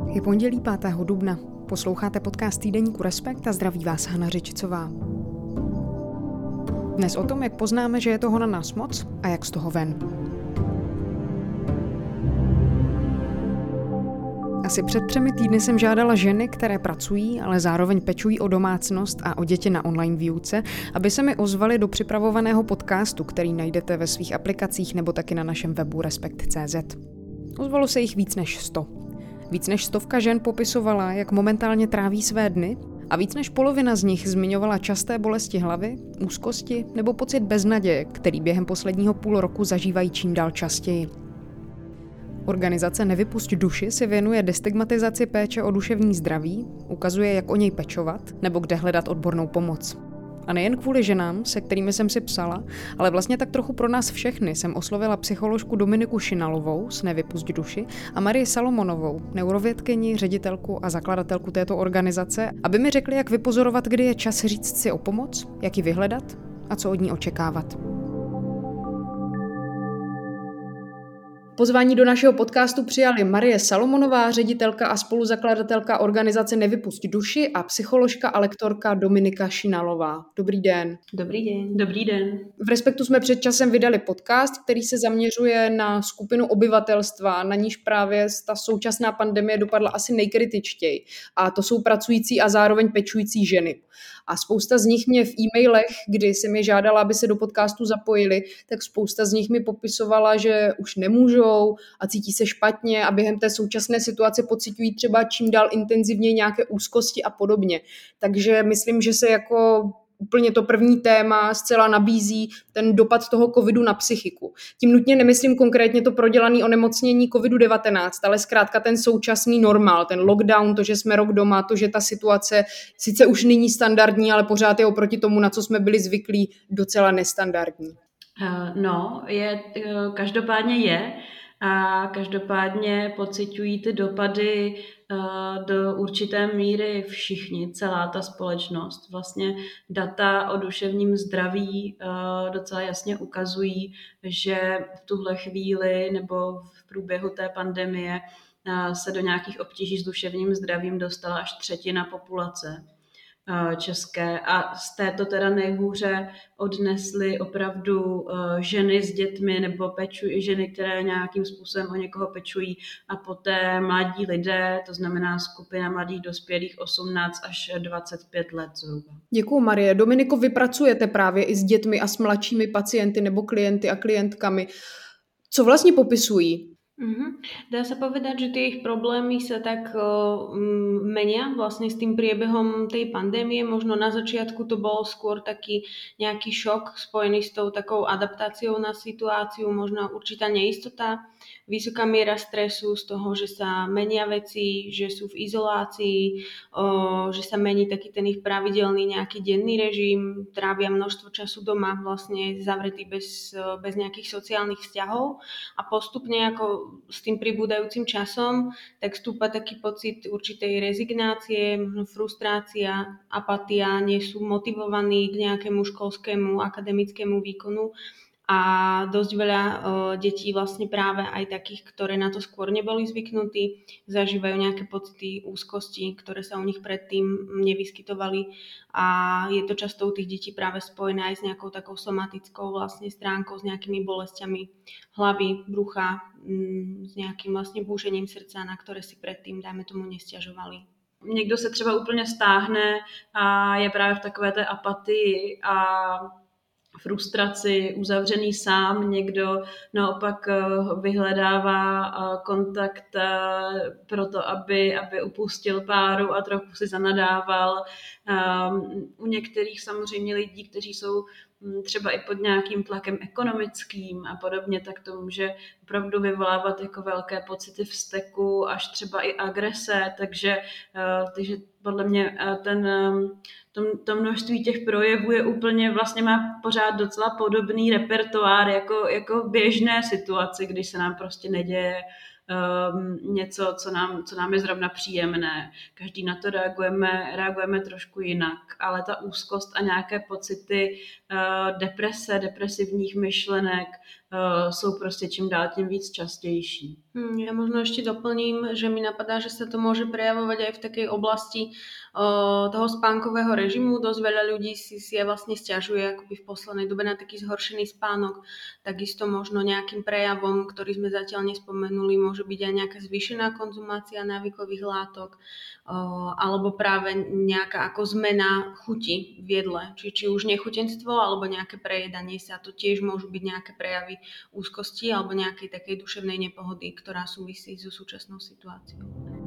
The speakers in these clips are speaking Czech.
Je pondělí 5. dubna. Posloucháte podcast týdeníku Respekt a zdraví vás Hana Řičicová. Dnes o tom, jak poznáme, že je toho na nás moc a jak z toho ven. Asi před 3 týdny jsem žádala ženy, které pracují, ale zároveň pečují o domácnost a o děti na online výuce, aby se mi ozvaly do připravovaného podcastu, který najdete ve svých aplikacích nebo taky na našem webu respekt.cz. Ozvalo se jich víc než 100. Víc než 100 žen popisovala, jak momentálně tráví své dny a víc než polovina z nich zmiňovala časté bolesti hlavy, úzkosti nebo pocit beznaděje, který během posledního půl roku zažívají čím dál častěji. Organizace Nevypusť duši se věnuje destigmatizaci péče o duševní zdraví, ukazuje, jak o něj pečovat nebo kde hledat odbornou pomoc. A nejen kvůli ženám, se kterými jsem si psala, ale vlastně tak trochu pro nás všechny jsem oslovila psycholožku Dominiku Šinalovou z Nevypusť duši a Marii Salomonovou, neurovědkyni, ředitelku a zakladatelku této organizace, aby mi řekli, jak vypozorovat, kdy je čas říct si o pomoc, jak ji vyhledat a co od ní očekávat. Pozvání do našeho podcastu přijali Marie Salomonová, ředitelka a spoluzakladatelka organizace Nevypusť duši a psycholožka a lektorka Dominika Šinalová. Dobrý den. Dobrý den. Dobrý den. V Respektu jsme před časem vydali podcast, který se zaměřuje na skupinu obyvatelstva, na níž právě ta současná pandemie dopadla asi nejkritičtěji. A to jsou pracující a zároveň pečující ženy. A spousta z nich mě v e-mailech, kdy jsem je žádala, aby se do podcastu zapojili, tak spousta z nich mi popisovala, že už nemůžou a cítí se špatně a během té současné situace pociťují třeba čím dál intenzivněji nějaké úzkosti a podobně. Takže myslím, že se jako úplně to první téma zcela nabízí ten dopad toho covidu na psychiku. Tím nutně nemyslím konkrétně to prodělané onemocnění covidu-19, ale zkrátka ten současný normál, ten lockdown, to, že jsme rok doma, to, že ta situace sice už není standardní, ale pořád je oproti tomu, na co jsme byli zvyklí, docela nestandardní. Každopádně je. A každopádně pociťují ty dopady do určité míry všichni, celá ta společnost. Vlastně data o duševním zdraví docela jasně ukazují, že v tuhle chvíli nebo v průběhu té pandemie se do nějakých obtíží s duševním zdravím dostala až 1/3 populace české a z této teda nejhůře odnesly opravdu ženy s dětmi nebo ženy, které nějakým způsobem o někoho pečují a poté mladí lidé, to znamená skupina mladých dospělých 18 až 25 let zhruba. Děkuju, Marie. Dominiko, vy pracujete právě i s dětmi a s mladšími pacienty nebo klienty a klientkami. Co vlastně popisují? Dá sa povedať, že tie ich problémy sa tak menia vlastne s tým priebehom tej pandémie. Možno na začiatku to bol skôr taký nejaký šok spojený s tou takou adaptáciou na situáciu, možno určitá neistota, vysoká miera stresu z toho, že sa menia veci, že sú v izolácii, že sa mení taký ten ich pravidelný nejaký denný režim, trávia množstvo času doma vlastne zavretí bez nejakých sociálnych vzťahov a postupne ako s tým pribúdajúcim časom, tak stúpa taký pocit určitej rezignácie, možno frustrácia, apatia, nie sú motivovaní k nejakému školskému, akademickému výkonu a dosť veľa detí vlastne práve aj takých, ktoré na to skôr neboli zvyknutí, zažívajú nejaké pocity úzkosti, ktoré sa u nich predtým nevyskytovali a je to často u tých detí práve spojené aj s nejakou takou somatickou vlastne stránkou, s nejakými bolestiami hlavy, brucha, s nejakým vlastne búšením srdca, na ktoré si predtým, dajme tomu, nesťažovali. Někdo se třeba úplně stáhne a je právě v takové té apatii a frustraci, uzavřený sám, někdo naopak vyhledává kontakt pro to, aby upustil páru a trochu si zanadával. U některých samozřejmě lidí, kteří jsou třeba i pod nějakým tlakem ekonomickým a podobně, tak to může opravdu vyvolávat jako velké pocity vzteku, až třeba i agrese, takže podle mě to množství těch projevů je úplně, vlastně má pořád docela podobný repertoár jako v běžné situaci, když se nám prostě neděje něco, co nám je zrovna příjemné. Každý na to reagujeme trošku jinak, ale ta úzkost a nějaké pocity deprese, depresivních myšlenek jsou prostě čím dál tím víc častější. Ja možno ešte doplním, že mi napadá, že sa to môže prejavovať aj v takej oblasti toho spánkového režimu. Dosť veľa ľudí si aj vlastne sťažuje akoby v poslednej dobe na taký zhoršený spánok. Takisto možno nejakým prejavom, ktorý sme zatiaľ nespomenuli, môže byť aj nejaká zvýšená konzumácia návykových látok alebo práve nejaká ako zmena chuti v jedle. Či už nechutenstvo alebo nejaké prejedanie sa. To tiež môžu byť nejaké prejavy úzkosti alebo nejakej takej duševnej nepohody, ktorá súvisí so súčasnou situáciou.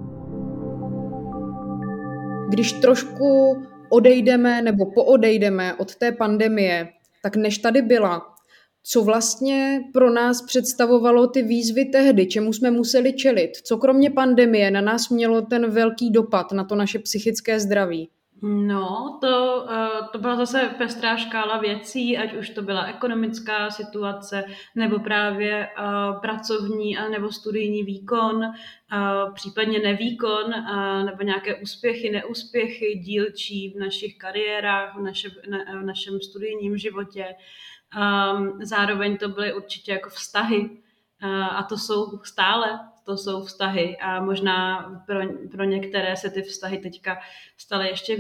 Když trošku odejdeme nebo poodejdeme od té pandemie, tak než tady byla, co vlastně pro nás představovalo ty výzvy tehdy, čemu jsme museli čelit? Co kromě pandemie na nás mělo ten velký dopad na to naše psychické zdraví? No, to byla zase pestrá škála věcí, ať už to byla ekonomická situace, nebo právě pracovní a nebo studijní výkon, případně nevýkon, nebo nějaké úspěchy, neúspěchy dílčí v našich kariérách, v našem studijním životě. Zároveň to byly určitě jako vztahy, a to jsou stále. To jsou vztahy a možná pro některé se ty vztahy teďka staly ještě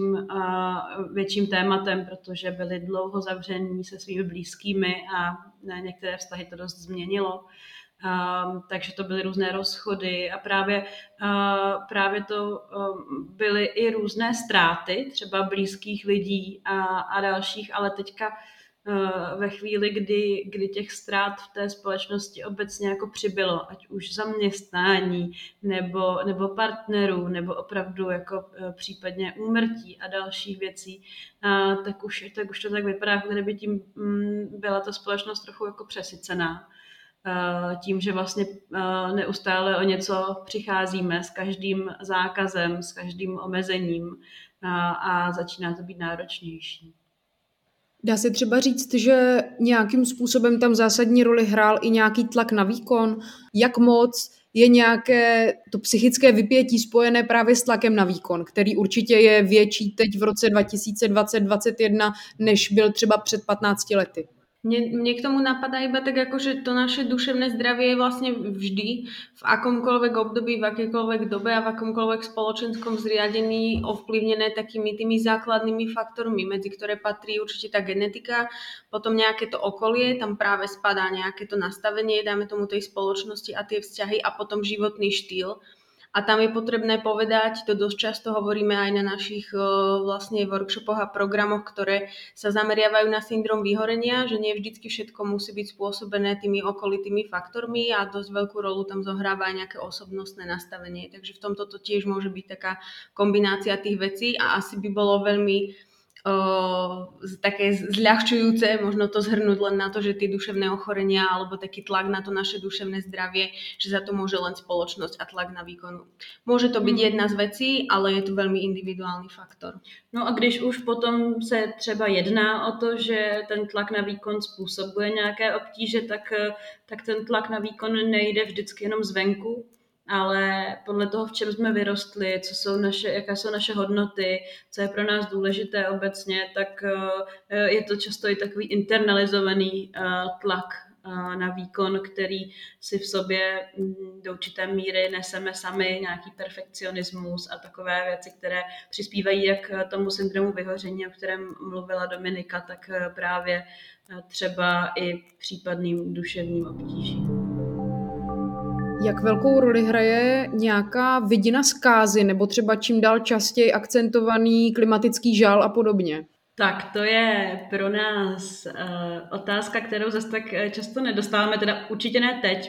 větším tématem, protože byli dlouho zavření se svými blízkými a některé vztahy to dost změnilo. Takže to byly různé rozchody a právě to byly i různé ztráty, třeba blízkých lidí a dalších, ale teďka ve chvíli, kdy těch ztrát v té společnosti obecně jako přibylo, ať už zaměstnání, nebo partnerů, nebo opravdu jako případně úmrtí a dalších věcí, tak už to tak vypadá, jako kdyby tím byla ta společnost trochu jako přesycená. Tím, že vlastně neustále o něco přicházíme s každým zákazem, s každým omezením a začíná to být náročnější. Dá se třeba říct, že nějakým způsobem tam zásadní roli hrál i nějaký tlak na výkon? Jak moc je nějaké to psychické vypětí spojené právě s tlakem na výkon, který určitě je větší teď v roce 2020-2021, než byl třeba před 15 lety? Mne k tomu napadá iba tak ako, že to naše duševné zdravie je vlastne vždy v akomkoľvek období, v akejkoľvek dobe a v akomkoľvek spoločenskom zriadení ovplyvnené takými tými základnými faktormi, medzi ktoré patrí určite tá genetika, potom nejaké to okolie, tam práve spadá nejaké to nastavenie, dáme tomu tej spoločnosti a tie vzťahy a potom životný štýl. A tam je potrebné povedať, to dosť často hovoríme aj na našich vlastne workshopoch a programoch, ktoré sa zameriavajú na syndrom vyhorenia, že nie vždycky všetko musí byť spôsobené tými okolitými faktormi a dosť veľkú rolu tam zohráva aj nejaké osobnostné nastavenie. Takže v tomto to tiež môže byť taká kombinácia tých vecí a asi by bolo veľmi také zľahčujúce, možno to zhrnúť len na to, že tie duševné ochorenia alebo taký tlak na to naše duševné zdravie, že za to môže len spoločnosť a tlak na výkonu. Môže to byť jedna z vecí, ale je to veľmi individuální faktor. No a když už potom se třeba jedná o to, že ten tlak na výkon způsobuje nějaké obtíže, tak ten tlak na výkon nejde vždycky jenom zvenku, ale podle toho, v čem jsme vyrostli, jaké jsou naše hodnoty, co je pro nás důležité obecně, tak je to často i takový internalizovaný tlak na výkon, který si v sobě do určité míry neseme sami, nějaký perfekcionismus a takové věci, které přispívají jak tomu syndromu vyhoření, o kterém mluvila Dominika, tak právě třeba i případným duševním obtížím. Jak velkou roli hraje nějaká vidina zkázy nebo třeba čím dál častěji akcentovaný klimatický žál a podobně? Tak to je pro nás otázka, kterou zase tak často nedostáváme, teda určitě ne teď.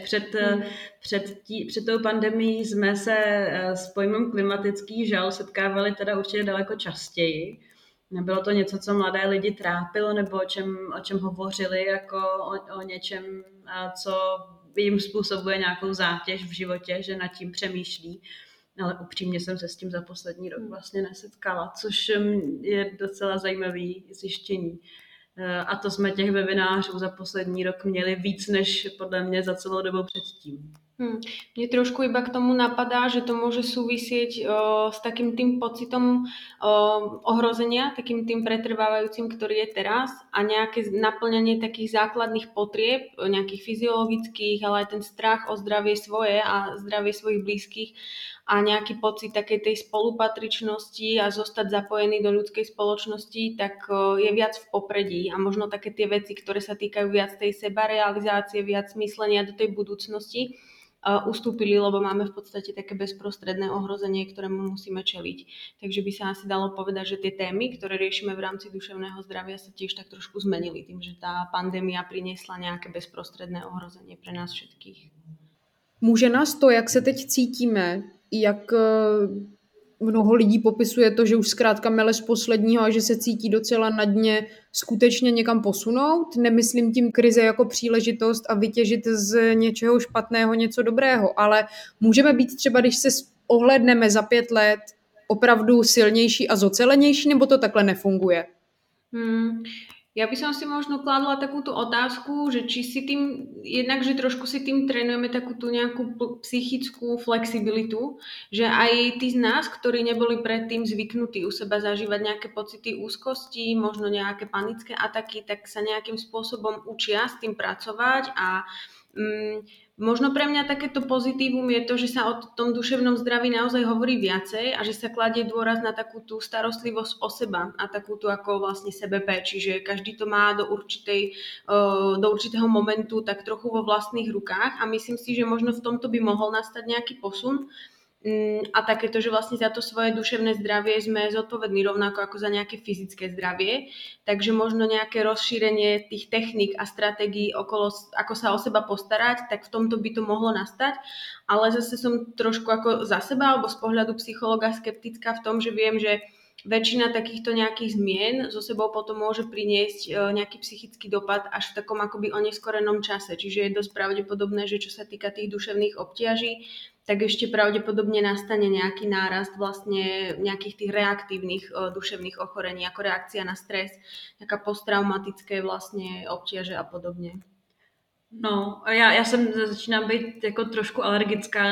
Před tou pandemií jsme se s pojmem klimatický žal setkávali teda určitě daleko častěji. Nebylo to něco, co mladé lidi trápilo nebo o čem hovořili jako o něčem, co jim způsobuje nějakou zátěž v životě, že nad tím přemýšlí. Ale upřímně jsem se s tím za poslední rok vlastně nesetkala, což je docela zajímavý zjištění. A to jsme těch webinářů za poslední rok měli víc než podle mě za celou dobu předtím. Mne trošku iba k tomu napadá, že to môže súvisieť s takým tým pocitom ohrozenia, takým tým pretrvávajúcim, ktorý je teraz a nejaké naplňanie takých základných potrieb, nejakých fyziologických, ale aj ten strach o zdravie svoje a zdravie svojich blízkych a nejaký pocit takej tej spolupatričnosti a zostať zapojený do ľudskej spoločnosti, tak je viac v popredí a možno také tie veci, ktoré sa týkajú viac tej sebarealizácie, viac myslenia do tej budúcnosti, ustúpili, lebo máme v podstate také bezprostredné ohrozenie, ktorému musíme čeliť. Takže by sa asi dalo povedať, že tie témy, ktoré riešime v rámci duševného zdravia, sa tiež tak trošku zmenili tým, že tá pandémia priniesla nejaké bezprostredné ohrozenie pre nás všetkých. Může nás to, jak se teď cítíme, jak mnoho lidí popisuje to, že už zkrátka mele z posledního a že se cítí docela na dně, skutečně někam posunout? Nemyslím tím krize jako příležitost a vytěžit z něčeho špatného něco dobrého, ale můžeme být třeba, když se ohlédneme za 5 let, opravdu silnější a zocelenější, nebo to takhle nefunguje? Ja by som si možno kladla takúto otázku, že či si tým, jednak, že trošku si tým trénujeme takú tú nejakú psychickú flexibilitu, že aj tí z nás, ktorí neboli predtým zvyknutí u seba zažívať nejaké pocity úzkosti, možno nejaké panické ataky, tak sa nejakým spôsobom učia s tým pracovať a možno pre mňa takéto pozitívum je to, že sa o tom duševnom zdraví naozaj hovorí viacej a že sa kladie dôraz na takú tú starostlivosť o seba a takú tú ako vlastne sebepéči, že každý to má do určitého momentu tak trochu vo vlastných rukách a myslím si, že možno v tomto by mohol nastať nejaký posun. A takéto, že vlastne za to svoje duševné zdravie sme zodpovední rovnako ako za nejaké fyzické zdravie. Takže možno nejaké rozšírenie tých techník a stratégií okolo, ako sa o seba postarať, tak v tomto by to mohlo nastať. Ale zase som trošku ako za seba alebo z pohľadu psychologa skeptická v tom, že viem, že väčšina takýchto nejakých zmien zo sebou potom môže priniesť nejaký psychický dopad až v takom akoby oneskorenom čase. Čiže je dosť pravdepodobné, že čo sa týka tých duševných obťaží, tak ešte pravdepodobne nastane nejaký nárast vlastne nejakých tých reaktívnych duševných ochorení, ako reakcia na stres, nejaká posttraumatické vlastne obťaže a podobne. No, já začínám být jako trošku alergická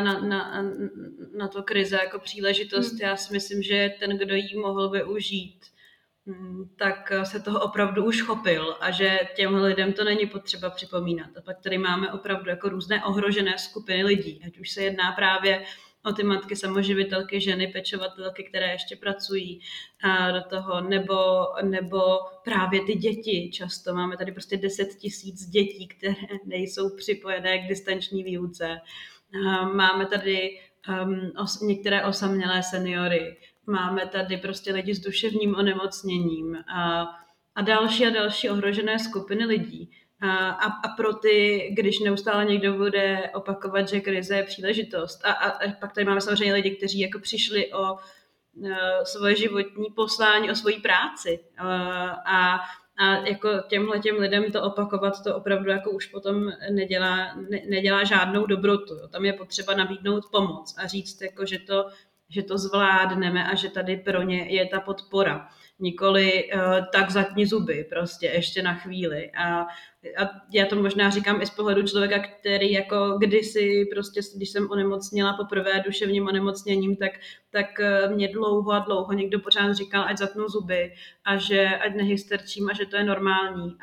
na to krize jako příležitost. Já si myslím, že ten, kdo jí mohl využít, tak se toho opravdu už chopil a že těm lidem to není potřeba připomínat. A pak tady máme opravdu jako různé ohrožené skupiny lidí, ať už se jedná právě o ty matky samoživitelky, ženy, pečovatelky, které ještě pracují do toho, nebo právě ty děti často. Máme tady prostě 10 000 dětí, které nejsou připojené k distanční výuce. Máme tady některé osamělé seniory. Máme tady prostě lidi s duševním onemocněním a další ohrožené skupiny lidí. A pro ty, když neustále někdo bude opakovat, že krize je příležitost. A pak tady máme samozřejmě lidi, kteří jako přišli o svoje životní poslání, o svoji práci. A jako těm lidem to opakovat, to opravdu jako už potom nedělá žádnou dobrotu. Tam je potřeba nabídnout pomoc a říct, jako, že to zvládneme a že tady pro ně je ta podpora. Nikoli tak zatni zuby prostě ještě na chvíli. A já to možná říkám i z pohledu člověka, který jako kdysi prostě, když jsem onemocněla poprvé duševním onemocněním, tak mě dlouho někdo pořád říkal, ať zatnu zuby a že ať nehysterčím a že to je normální.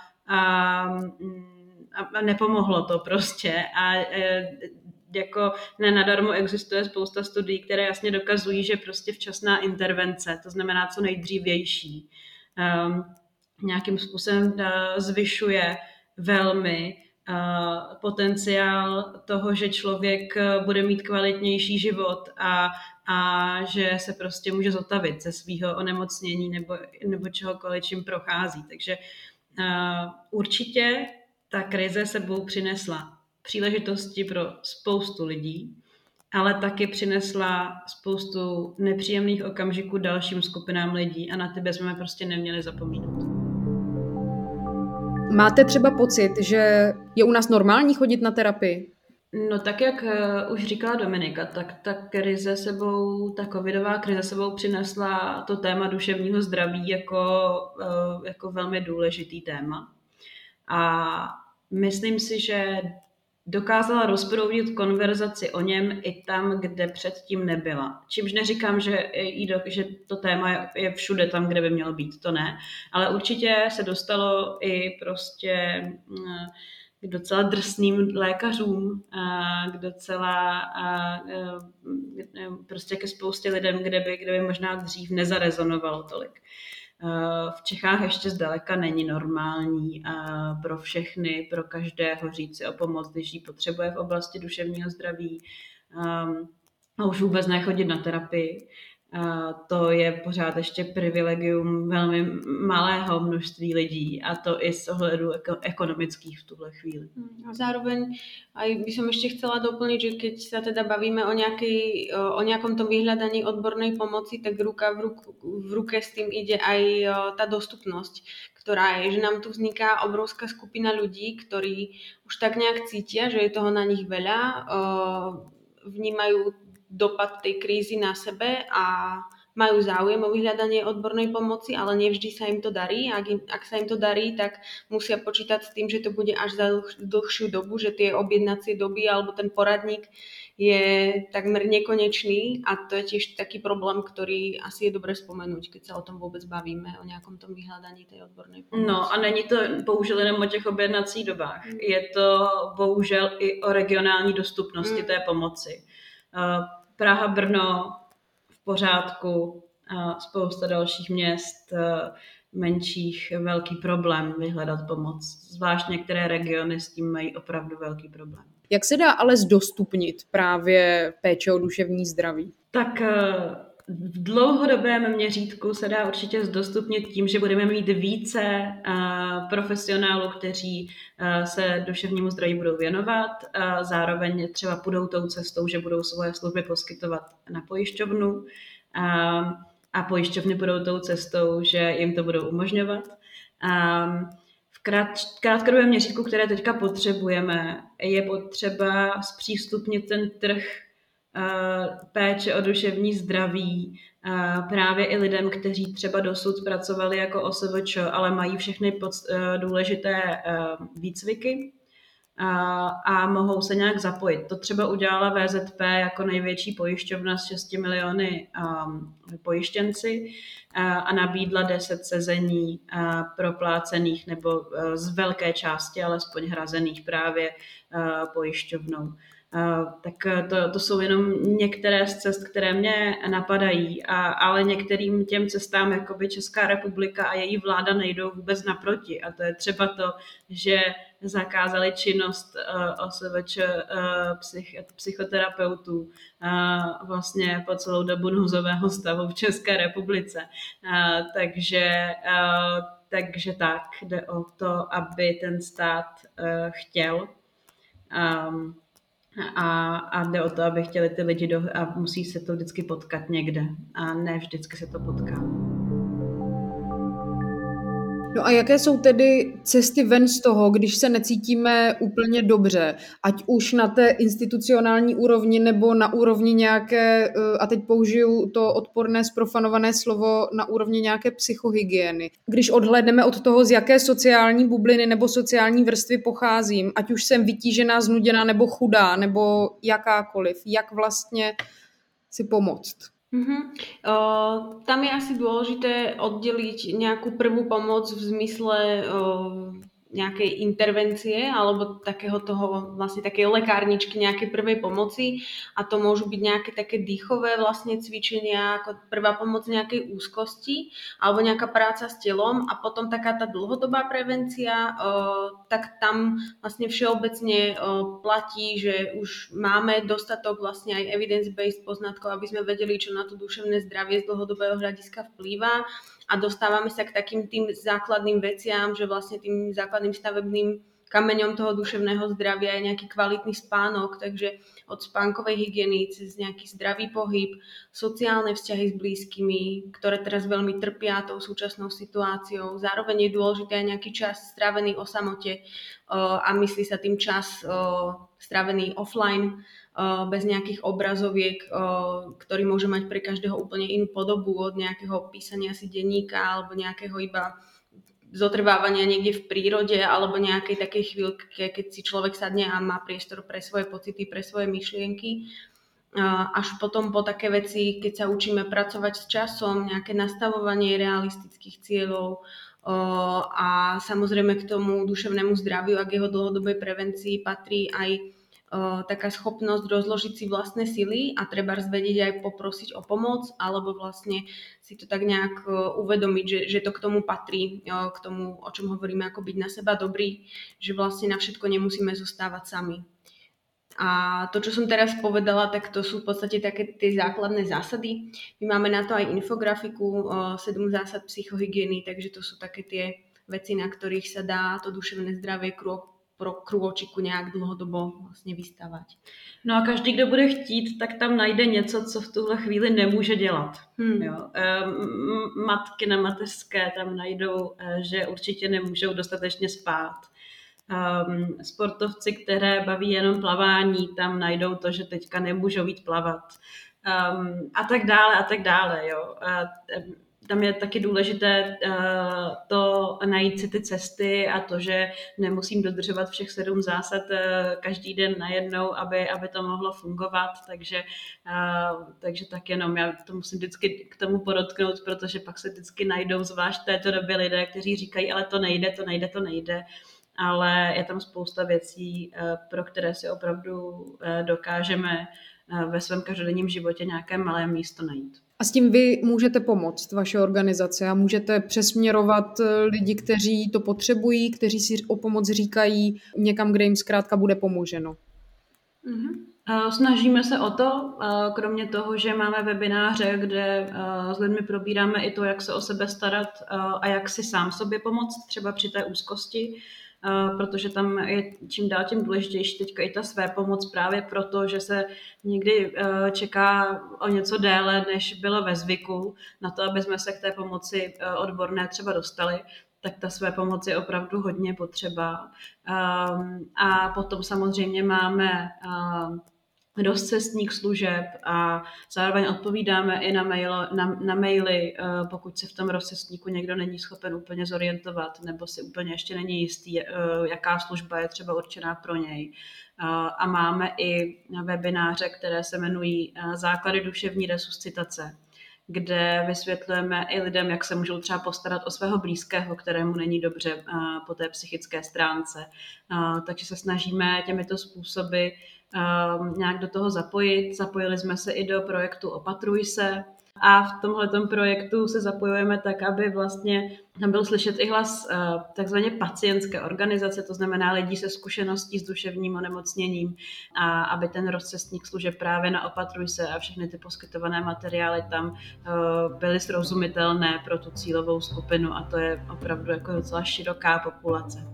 A nepomohlo to prostě. A jako nenadarmo existuje spousta studií, které jasně dokazují, že prostě včasná intervence, to znamená co nejdřívější, nějakým způsobem zvyšuje velmi potenciál toho, že člověk bude mít kvalitnější život a že se prostě může zotavit ze svého onemocnění nebo čehokoliv, čím prochází. Takže určitě ta krize sebou přinesla příležitosti pro spoustu lidí, ale taky přinesla spoustu nepříjemných okamžiků dalším skupinám lidí a na ty bychom prostě neměli zapomínat. Máte třeba pocit, že je u nás normální chodit na terapii? No tak, jak už říkala Dominika, tak ta covidová krize sebou přinesla to téma duševního zdraví jako velmi důležitý téma. A myslím si, že dokázala rozproudit konverzaci o něm i tam, kde předtím nebyla. Čímž neříkám, že to téma je všude tam, kde by mělo být, to ne, ale určitě se dostalo i prostě k docela drsným lékařům, k docela prostě ke spoustě lidem, kde by možná dřív nezarezonovalo tolik. V Čechách ještě zdaleka není normální pro všechny, pro každého říct si o pomoc, když ji potřebuje v oblasti duševního zdraví a už vůbec nechodit na terapii. To je pořád ještě privilegium velmi malého množství lidí a to i z ohledu ekonomických v tuhle chvíli. A zároveň aj by som ešte chcela doplniť, že keď sa teda bavíme o nejakom tom vyhľadaní odbornej pomoci, tak ruka v ruke s tým ide aj tá dostupnosť, ktorá je, že nám tu vzniká obrovská skupina ľudí, ktorí už tak nejak cítia, že je toho na nich veľa, vnímajú dopad tej krízy na sebe a majú záujem o vyhľadanie odbornej pomoci, ale nevždy sa im to darí. Ak sa im to darí, tak musia počítať s tým, že to bude až za dlhšiu dobu, že tie objednacie doby alebo ten poradník je takmer nekonečný a to je tiež taký problém, ktorý asi je dobre spomenúť, keď sa o tom vôbec bavíme, o nejakom tom vyhľadaní tej odbornej pomoci. No a není to bohužel jenom o těch objednacích dobách. Je to bohužel i o regionální dostupnosti té pomoci. Praha, Brno v pořádku, spousta dalších měst menších velký problém vyhledat pomoc. Zvlášť některé regiony s tím mají opravdu velký problém. Jak se dá ale zdostupnit právě péče o duševní zdraví? Tak v dlouhodobém měřítku se dá určitě zdostupnit tím, že budeme mít více profesionálů, kteří se duševnímu zdraví budou věnovat. Zároveň třeba půjdou tou cestou, že budou svoje služby poskytovat na pojišťovnu a pojišťovny budou tou cestou, že jim to budou umožňovat. V krátkodobém měřítku, které teďka potřebujeme, je potřeba zpřístupnit ten trh péče o duševní zdraví právě i lidem, kteří třeba dosud pracovali jako OSVČ, ale mají všechny důležité výcviky a mohou se nějak zapojit. To třeba udělala VZP jako největší pojišťovna s 6 miliony pojištěnci a nabídla 10 sezení proplácených nebo z velké části alespoň hrazených právě pojišťovnou. Tak to jsou jenom některé z cest, které mě napadají, ale některým těm cestám jakoby Česká republika a její vláda nejdou vůbec naproti. A to je třeba to, že zakázali činnost OSVČ psychoterapeutů vlastně po celou dobu nouzového stavu v České republice. Takže tak jde o to, aby ten stát chtěl a jde o to, aby chtěli ty lidi a musí se to vždycky potkat někde a ne vždycky se to potká. No a jaké jsou tedy cesty ven z toho, když se necítíme úplně dobře, ať už na té institucionální úrovni nebo na úrovni nějaké, a teď použiju to odporné zprofanované slovo, na úrovni nějaké psychohygieny. Když odhlédneme od toho, z jaké sociální bubliny nebo sociální vrstvy pocházím, ať už jsem vytížená, znuděná nebo chudá, nebo jakákoliv, jak vlastně si pomoct. Tam je asi dôležité oddeliť nejakú prvú pomoc v zmysle nejakej intervencie alebo takého toho vlastne takej lekárničky nejakej prvej pomoci a to môžu byť nejaké také dýchové vlastne cvičenia ako prvá pomoc nejakej úzkosti alebo nejaká práca s telom a potom taká tá dlhodobá prevencia, tak tam vlastne všeobecne platí, že už máme dostatok vlastne aj evidence-based poznatkov, aby sme vedeli, čo na to duševné zdravie z dlhodobého hľadiska vplýva. A dostávame sa k takým tým základným veciam, že vlastne tým základným stavebným kameňom toho duševného zdravia je nejaký kvalitný spánok, takže od spánkovej hygieny cez nejaký zdravý pohyb, sociálne vzťahy s blízkymi, ktoré teraz veľmi trpia tou súčasnou situáciou. Zároveň je dôležité aj nejaký čas strávený o samote a myslí sa tým čas strávený offline, bez nejakých obrazoviek, ktorý môže mať pre každého úplne inú podobu, od nejakého písania si denníka alebo nejakého iba zotrvávania niekde v prírode alebo nejakej takej chvíľke, keď si človek sadne a má priestor pre svoje pocity, pre svoje myšlienky. Až potom po také veci, keď sa učíme pracovať s časom, nejaké nastavovanie realistických cieľov a samozrejme k tomu duševnému zdraviu a k jeho dlhodobej prevencii patrí aj taká schopnosť rozložiť si vlastné sily a treba vedieť aj poprosiť o pomoc alebo vlastne si to tak nejak uvedomiť, že to k tomu patrí, k tomu, o čom hovoríme, ako byť na seba dobrý, že vlastne na všetko nemusíme zostávať sami. A to, čo som teraz povedala, tak to sú v podstate také tie základné zásady. My máme na to aj infografiku 7 zásad psychohygieny, takže to sú také tie veci, na ktorých sa dá to duševné zdravie krôčiku nejak dlhodobo vlastně vystavať. No a každý, kdo bude chtít, tak tam najde něco, co v tuhle chvíli nemůže dělat. Jo. Matky na mateřské tam najdou, že určitě nemůžou dostatečně spát. Sportovci, které baví jenom plavání, tam najdou to, že teďka nemůžou jít plavat. A tak dále. Jo. Tam je taky důležité to najít si ty cesty a to, že nemusím dodržovat všech 7 zásad každý den najednou, aby to mohlo fungovat. Takže tak jenom já to musím vždycky k tomu podotknout, protože pak se vždycky najdou, zvlášť v této době lidé, kteří říkají, ale to nejde. Ale je tam spousta věcí, pro které si opravdu dokážeme ve svém každodenním životě nějaké malé místo najít. A s tím vy můžete pomoct, vaše organizace, a můžete přesměrovat lidi, kteří to potřebují, kteří si o pomoc říkají někam, kde jim zkrátka bude pomoženo. Snažíme se o to, kromě toho, že máme webináře, kde s lidmi probíráme i to, jak se o sebe starat a jak si sám sobě pomoct, třeba při té úzkosti, protože tam je čím dál tím důležitější teďka i ta své pomoc právě proto, že se někdy čeká o něco déle, než bylo ve zvyku na to, aby jsme se k té pomoci odborné třeba dostali, tak ta své pomoc je opravdu hodně potřeba. A potom samozřejmě máme rozcestník služeb a zároveň odpovídáme i na maily, pokud se v tom rozcestníku někdo není schopen úplně zorientovat nebo si úplně ještě není jistý, jaká služba je třeba určená pro něj. A máme i webináře, které se jmenují Základy duševní resuscitace, kde vysvětlujeme i lidem, jak se můžou třeba postarat o svého blízkého, kterému není dobře po té psychické stránce. Takže se snažíme těmito způsoby nějak do toho zapojit. Zapojili jsme se i do projektu Opatruj se a v tomhletom projektu se zapojujeme tak, aby vlastně tam byl slyšet i hlas takzvaně pacientské organizace, to znamená lidí se zkušeností s duševním onemocněním, a aby ten rozcestník služeb právě na Opatruj se a všechny ty poskytované materiály tam byly srozumitelné pro tu cílovou skupinu, a to je opravdu jako docela široká populace.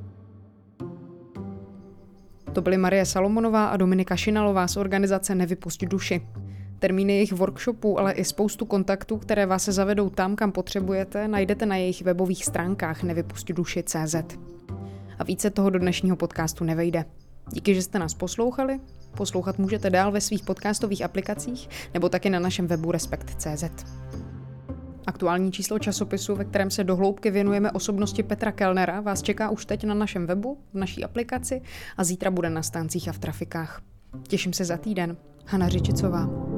To byly Marie Salomonová a Dominika Šinalová z organizace Nevypusť duši. Termíny jejich workshopů, ale i spoustu kontaktů, které vás se zavedou tam, kam potřebujete, najdete na jejich webových stránkách nevypustduši.cz. A více toho do dnešního podcastu nevejde. Díky, že jste nás poslouchali. Poslouchat můžete dál ve svých podcastových aplikacích nebo taky na našem webu respekt.cz. Aktuální číslo časopisu, ve kterém se dohloubky věnujeme osobnosti Petra Kellnera, vás čeká už teď na našem webu, v naší aplikaci a zítra bude na stáncích a v trafikách. Těším se za týden. Hana Řičicová.